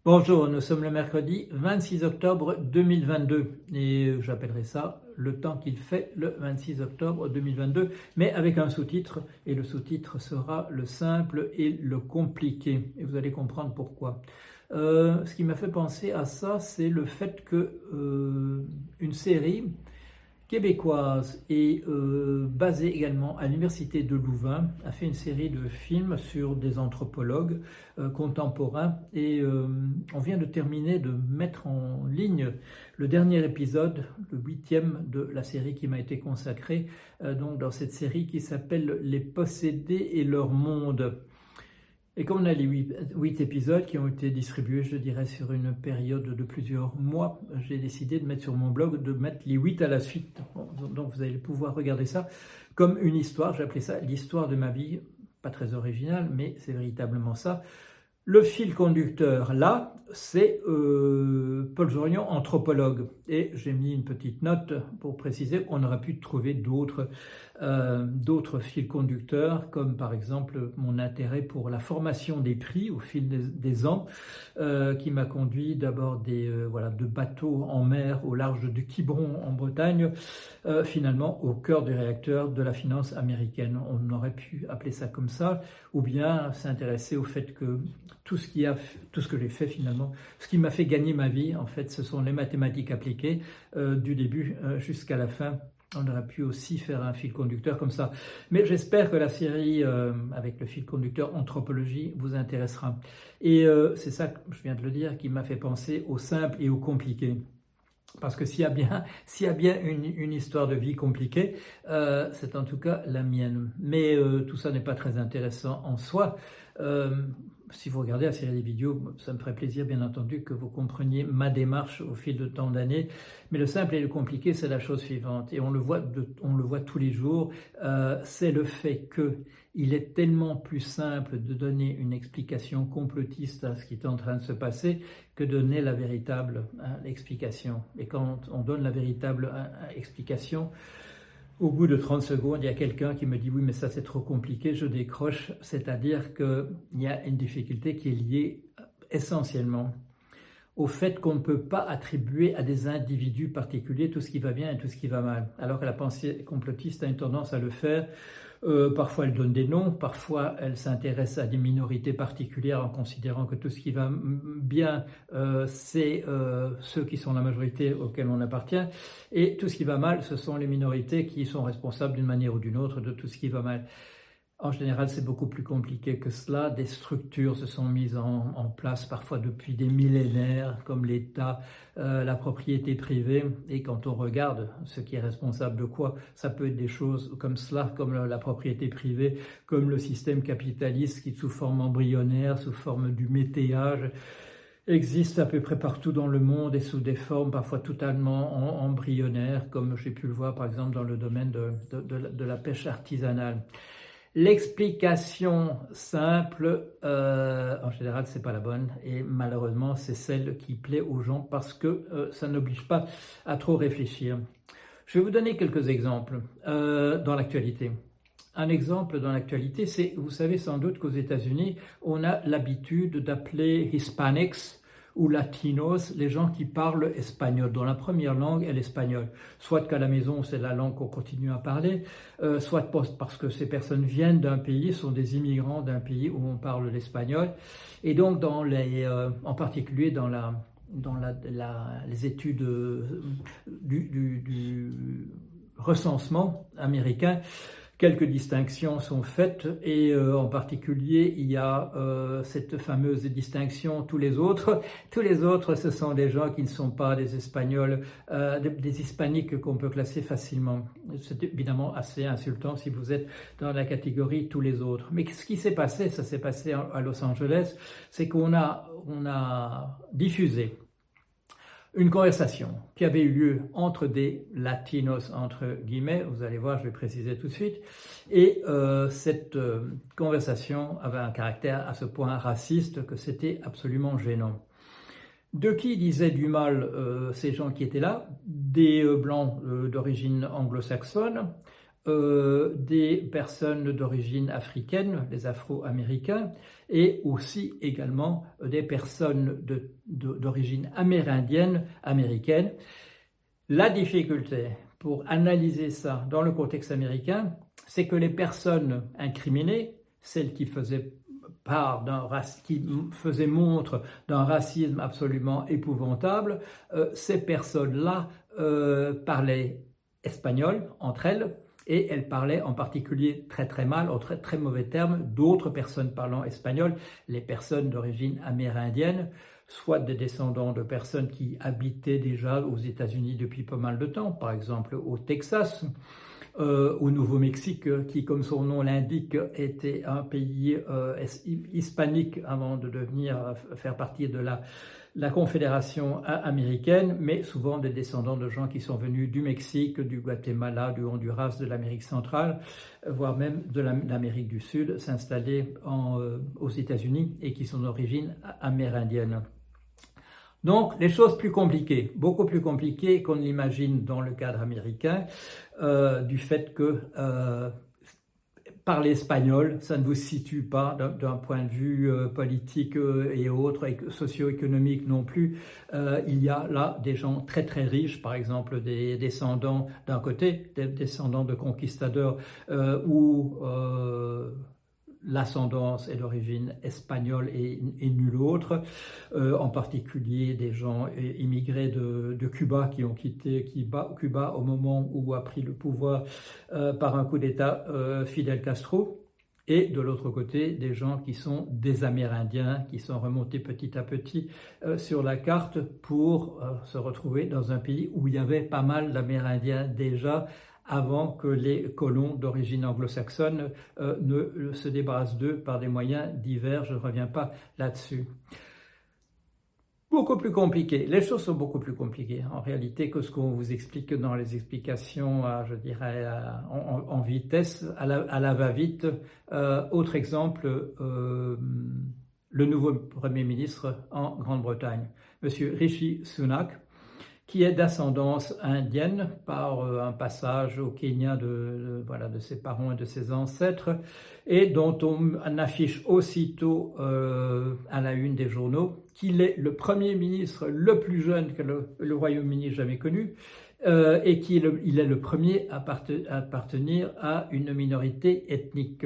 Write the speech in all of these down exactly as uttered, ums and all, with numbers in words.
Bonjour, nous sommes le mercredi vingt-six octobre deux mille vingt-deux et j'appellerai ça le temps qu'il fait le vingt-six octobre deux mille vingt-deux, mais avec un sous-titre, et le sous-titre sera le simple et le compliqué, et vous allez comprendre pourquoi. Euh, ce qui m'a fait penser à ça, c'est le fait que euh, une série québécoise et euh, basée également à l'université de Louvain a fait une série de films sur des anthropologues euh, contemporains et euh, on vient de terminer de mettre en ligne le dernier épisode, le huitième de la série qui m'a été consacrée euh, donc dans cette série qui s'appelle Les Possédés et leur monde. Et comme on a les huit épisodes qui ont été distribués, je dirais, sur une période de plusieurs mois, j'ai décidé de mettre sur mon blog, de mettre les huit à la suite. Donc vous allez pouvoir regarder ça comme une histoire. J'ai appelé ça l'histoire de ma vie. Pas très original, mais c'est véritablement ça. Le fil conducteur, là, c'est euh, Paul Jorion, anthropologue. Et j'ai mis une petite note pour préciser qu'on aurait pu trouver d'autres euh, d'autres fils conducteurs, comme par exemple mon intérêt pour la formation des prix au fil des, des ans, euh, qui m'a conduit d'abord des euh, voilà de bateaux en mer au large de Quiberon en Bretagne, euh, finalement au cœur du réacteur de la finance américaine. On aurait pu appeler ça comme ça, ou bien s'intéresser au fait que tout ce qui a, tout ce que j'ai fait finalement, ce qui m'a fait gagner ma vie, en fait, ce sont les mathématiques appliquées euh, du début euh, jusqu'à la fin. On aurait pu aussi faire un fil conducteur comme ça. Mais j'espère que la série euh, avec le fil conducteur anthropologie vous intéressera. Et euh, c'est ça, je viens de le dire, qui m'a fait penser au simple et au compliqué. Parce que s'il y a bien, s'il y a bien une, une histoire de vie compliquée, euh, c'est en tout cas la mienne. Mais euh, tout ça n'est pas très intéressant en soi. Euh, si vous regardez la série des vidéos, ça me ferait plaisir bien entendu que vous compreniez ma démarche au fil de tant d'années. Mais le simple et le compliqué, c'est la chose suivante. Et on le voit, de, on le voit tous les jours. Euh, c'est le fait que il est tellement plus simple de donner une explication complotiste à ce qui est en train de se passer que de donner la véritable hein, explication. Et quand on donne la véritable hein, explication, au bout de trente secondes, il y a quelqu'un qui me dit « oui, mais ça c'est trop compliqué », je décroche, c'est-à-dire qu'il y a une difficulté qui est liée essentiellement au fait qu'on ne peut pas attribuer à des individus particuliers tout ce qui va bien et tout ce qui va mal, alors que la pensée complotiste a une tendance à le faire. Euh, parfois elle donne des noms, parfois elle s'intéresse à des minorités particulières en considérant que tout ce qui va bien, euh, c'est euh, ceux qui sont la majorité auxquels on appartient, et tout ce qui va mal, ce sont les minorités qui sont responsables d'une manière ou d'une autre de tout ce qui va mal. En général, c'est beaucoup plus compliqué que cela. Des structures se sont mises en, en place parfois depuis des millénaires, comme l'État, euh, la propriété privée. Et quand on regarde ce qui est responsable de quoi, ça peut être des choses comme cela, comme la, la propriété privée, comme le système capitaliste qui, sous forme embryonnaire, sous forme du météage, existe à peu près partout dans le monde et sous des formes parfois totalement embryonnaires, comme j'ai pu le voir par exemple dans le domaine de, de, de, de la pêche artisanale. L'explication simple, euh, en général, c'est pas la bonne et malheureusement, c'est celle qui plaît aux gens parce que euh, ça n'oblige pas à trop réfléchir. Je vais vous donner quelques exemples euh, dans l'actualité. Un exemple dans l'actualité, c'est, vous savez sans doute qu'aux États-Unis, on a l'habitude d'appeler Hispanics ou Latinos, les gens qui parlent espagnol, dont la première langue est l'espagnol. Soit qu'à la maison, c'est la langue qu'on continue à parler, euh, soit parce que ces personnes viennent d'un pays, sont des immigrants d'un pays où on parle l'espagnol. Et donc, dans les, euh, en particulier dans, la, dans la, la, les études euh, du, du, du recensement américain, quelques distinctions sont faites et euh, en particulier il y a euh, cette fameuse distinction tous les autres. Tous les autres, ce sont des gens qui ne sont pas des Espagnols, euh, des, des hispaniques qu'on peut classer facilement. C'est évidemment assez insultant si vous êtes dans la catégorie tous les autres. Mais ce qui s'est passé, ça s'est passé à Los Angeles, c'est qu'on a, on a diffusé une conversation qui avait eu lieu entre des latinos, entre guillemets, vous allez voir, je vais préciser tout de suite, et euh, cette euh, conversation avait un caractère à ce point raciste que c'était absolument gênant. De qui disaient du mal euh, ces gens qui étaient là? Des euh, blancs euh, d'origine anglo-saxonne, euh, des personnes d'origine africaine, les Afro-Américains, et aussi également des personnes de, de, d'origine amérindienne, américaine. La difficulté pour analyser ça dans le contexte américain, c'est que les personnes incriminées, celles qui faisaient part d'un qui faisaient montre d'un racisme absolument épouvantable, euh, ces personnes-là euh, parlaient espagnol entre elles, et elles parlaient en particulier très très mal, en très très mauvais termes, d'autres personnes parlant espagnol, les personnes d'origine amérindienne, soit des descendants de personnes qui habitaient déjà aux États-Unis depuis pas mal de temps, par exemple au Texas, euh, au Nouveau-Mexique, qui, comme son nom l'indique, était un pays euh, hispanique avant de devenir faire partie de la la Confédération américaine, mais souvent des descendants de gens qui sont venus du Mexique, du Guatemala, du Honduras, de l'Amérique centrale, voire même de l'Amérique du Sud, s'installer euh, aux États-Unis et qui sont d'origine amérindienne. Donc, les choses plus compliquées, beaucoup plus compliquées qu'on ne l'imagine dans le cadre américain, euh, du fait que euh, parler espagnol, ça ne vous situe pas d'un point de vue euh, politique euh, et autres, et socio-économique non plus. Euh, il y a là des gens très très riches, par exemple des descendants d'un côté, des descendants de conquistadors, euh, ou euh, l'ascendance est d'origine espagnole et, et nulle autre, euh, en particulier des gens immigrés de, de Cuba qui ont quitté Cuba, Cuba au moment où a pris le pouvoir euh, par un coup d'État euh, Fidel Castro, et de l'autre côté des gens qui sont des Amérindiens, qui sont remontés petit à petit euh, sur la carte pour euh, se retrouver dans un pays où il y avait pas mal d'Amérindiens déjà, avant que les colons d'origine anglo-saxonne euh, ne se débarrassent d'eux par des moyens divers. Je ne reviens pas là-dessus. Beaucoup plus compliqué. Les choses sont beaucoup plus compliquées en réalité que ce qu'on vous explique dans les explications, euh, je dirais, euh, en, en vitesse, à la, à la va-vite. Euh, autre exemple, euh, le nouveau Premier ministre en Grande-Bretagne, M. Rishi Sunak, qui est d'ascendance indienne par euh, un passage au Kenya de, de, voilà, de ses parents et de ses ancêtres, et dont on affiche aussitôt euh, à la une des journaux qu'il est le Premier ministre le plus jeune que le, le Royaume-Uni ait jamais connu, euh, et qu'il est le premier à appartenir à une minorité ethnique.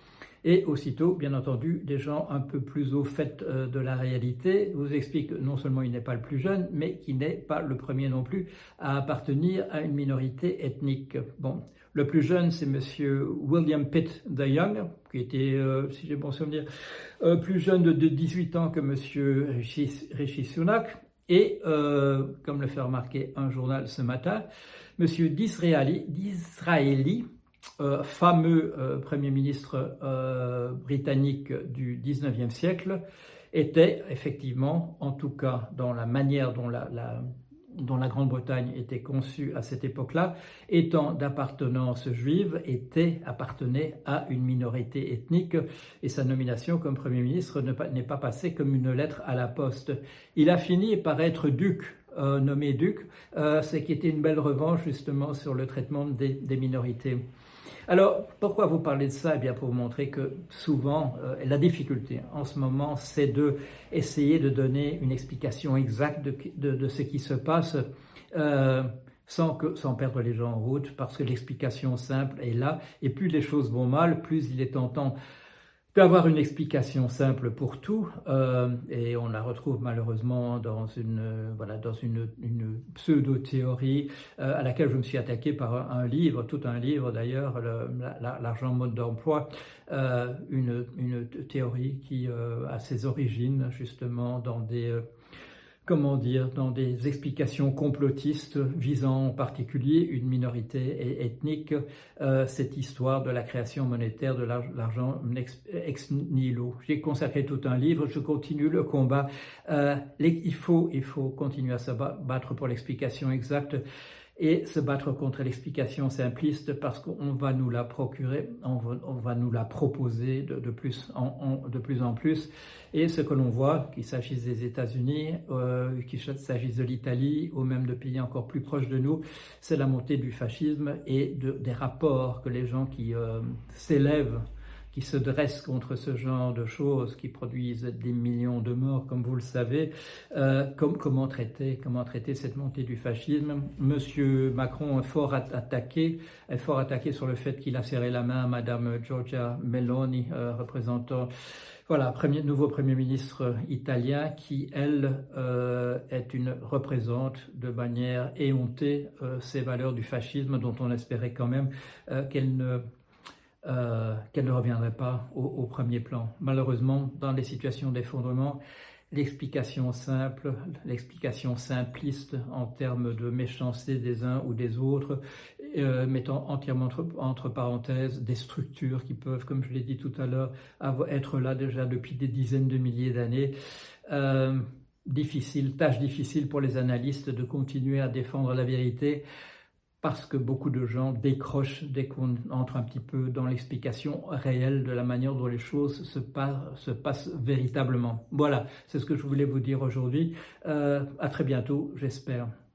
Et aussitôt, bien entendu, des gens un peu plus au fait euh, de la réalité vous expliquent que non seulement il n'est pas le plus jeune, mais qu'il n'est pas le premier non plus à appartenir à une minorité ethnique. Bon, le plus jeune, c'est monsieur William Pitt the Young, qui était, euh, si j'ai bon souvenir, euh, plus jeune de, de dix-huit ans que monsieur Rishi, Rishi Sunak. Et, euh, comme le fait remarquer un journal ce matin, monsieur Disraeli, Disraeli Euh, fameux euh, Premier ministre euh, britannique du dix-neuvième siècle, était effectivement, en tout cas dans la manière dont la, la, dont la Grande-Bretagne était conçue à cette époque-là, étant d'appartenance juive, était, appartenait à une minorité ethnique, et sa nomination comme Premier ministre n'est pas, n'est pas passée comme une lettre à la poste. Il a fini par être duc, euh, nommé duc, euh, ce qui était une belle revanche justement sur le traitement des, des minorités. Alors, pourquoi vous parlez de ça? Eh bien, pour vous montrer que souvent, euh, la difficulté en ce moment, c'est de essayer de donner une explication exacte de, de, de ce qui se passe euh, sans, que, sans perdre les gens en route, parce que l'explication simple est là, et plus les choses vont mal, plus il est tentant d'avoir une explication simple pour tout, euh, et on la retrouve malheureusement dans une, euh, voilà, dans une, une pseudo-théorie euh, à laquelle je me suis attaqué par un, un livre, tout un livre d'ailleurs, l'argent mode d'emploi, euh, une, une théorie qui euh, a ses origines justement dans des... Euh, comment dire, dans des explications complotistes visant en particulier une minorité ethnique, euh, cette histoire de la création monétaire de l'argent ex, ex nihilo. J'ai consacré tout un livre, je continue le combat. Euh, les, il, faut, il faut continuer à se battre pour l'explication exacte. et se battre contre l'explication simpliste parce qu'on va nous la procurer, on va, on va nous la proposer de, de, plus en, en, de plus en plus. Et ce que l'on voit, qu'il s'agisse des États-Unis, euh, qu'il s'agisse de l'Italie ou même de pays encore plus proches de nous, c'est la montée du fascisme et de, des rapports que les gens qui euh, s'élèvent, qui se dressent contre ce genre de choses, qui produisent des millions de morts, comme vous le savez, euh, comme, comment traiter, comment traiter cette montée du fascisme. Monsieur Macron est fort attaqué, est fort attaqué sur le fait qu'il a serré la main à Madame Giorgia Meloni, euh, représentant, voilà, premier, nouveau Premier ministre italien, qui, elle, euh, est une, représente de manière éhontée euh, ces valeurs du fascisme dont on espérait quand même euh, qu'elle ne Euh, qu'elle ne reviendrait pas au, au premier plan. Malheureusement, dans les situations d'effondrement, l'explication simple, l'explication simpliste en termes de méchanceté des uns ou des autres, euh, mettant entièrement entre, entre parenthèses des structures qui peuvent, comme je l'ai dit tout à l'heure, être là déjà depuis des dizaines de milliers d'années. Euh, difficile, tâche difficile pour les analystes de continuer à défendre la vérité, parce que beaucoup de gens décrochent dès qu'on entre un petit peu dans l'explication réelle de la manière dont les choses se passent, se passent véritablement. Voilà, c'est ce que je voulais vous dire aujourd'hui. Euh, à très bientôt, j'espère.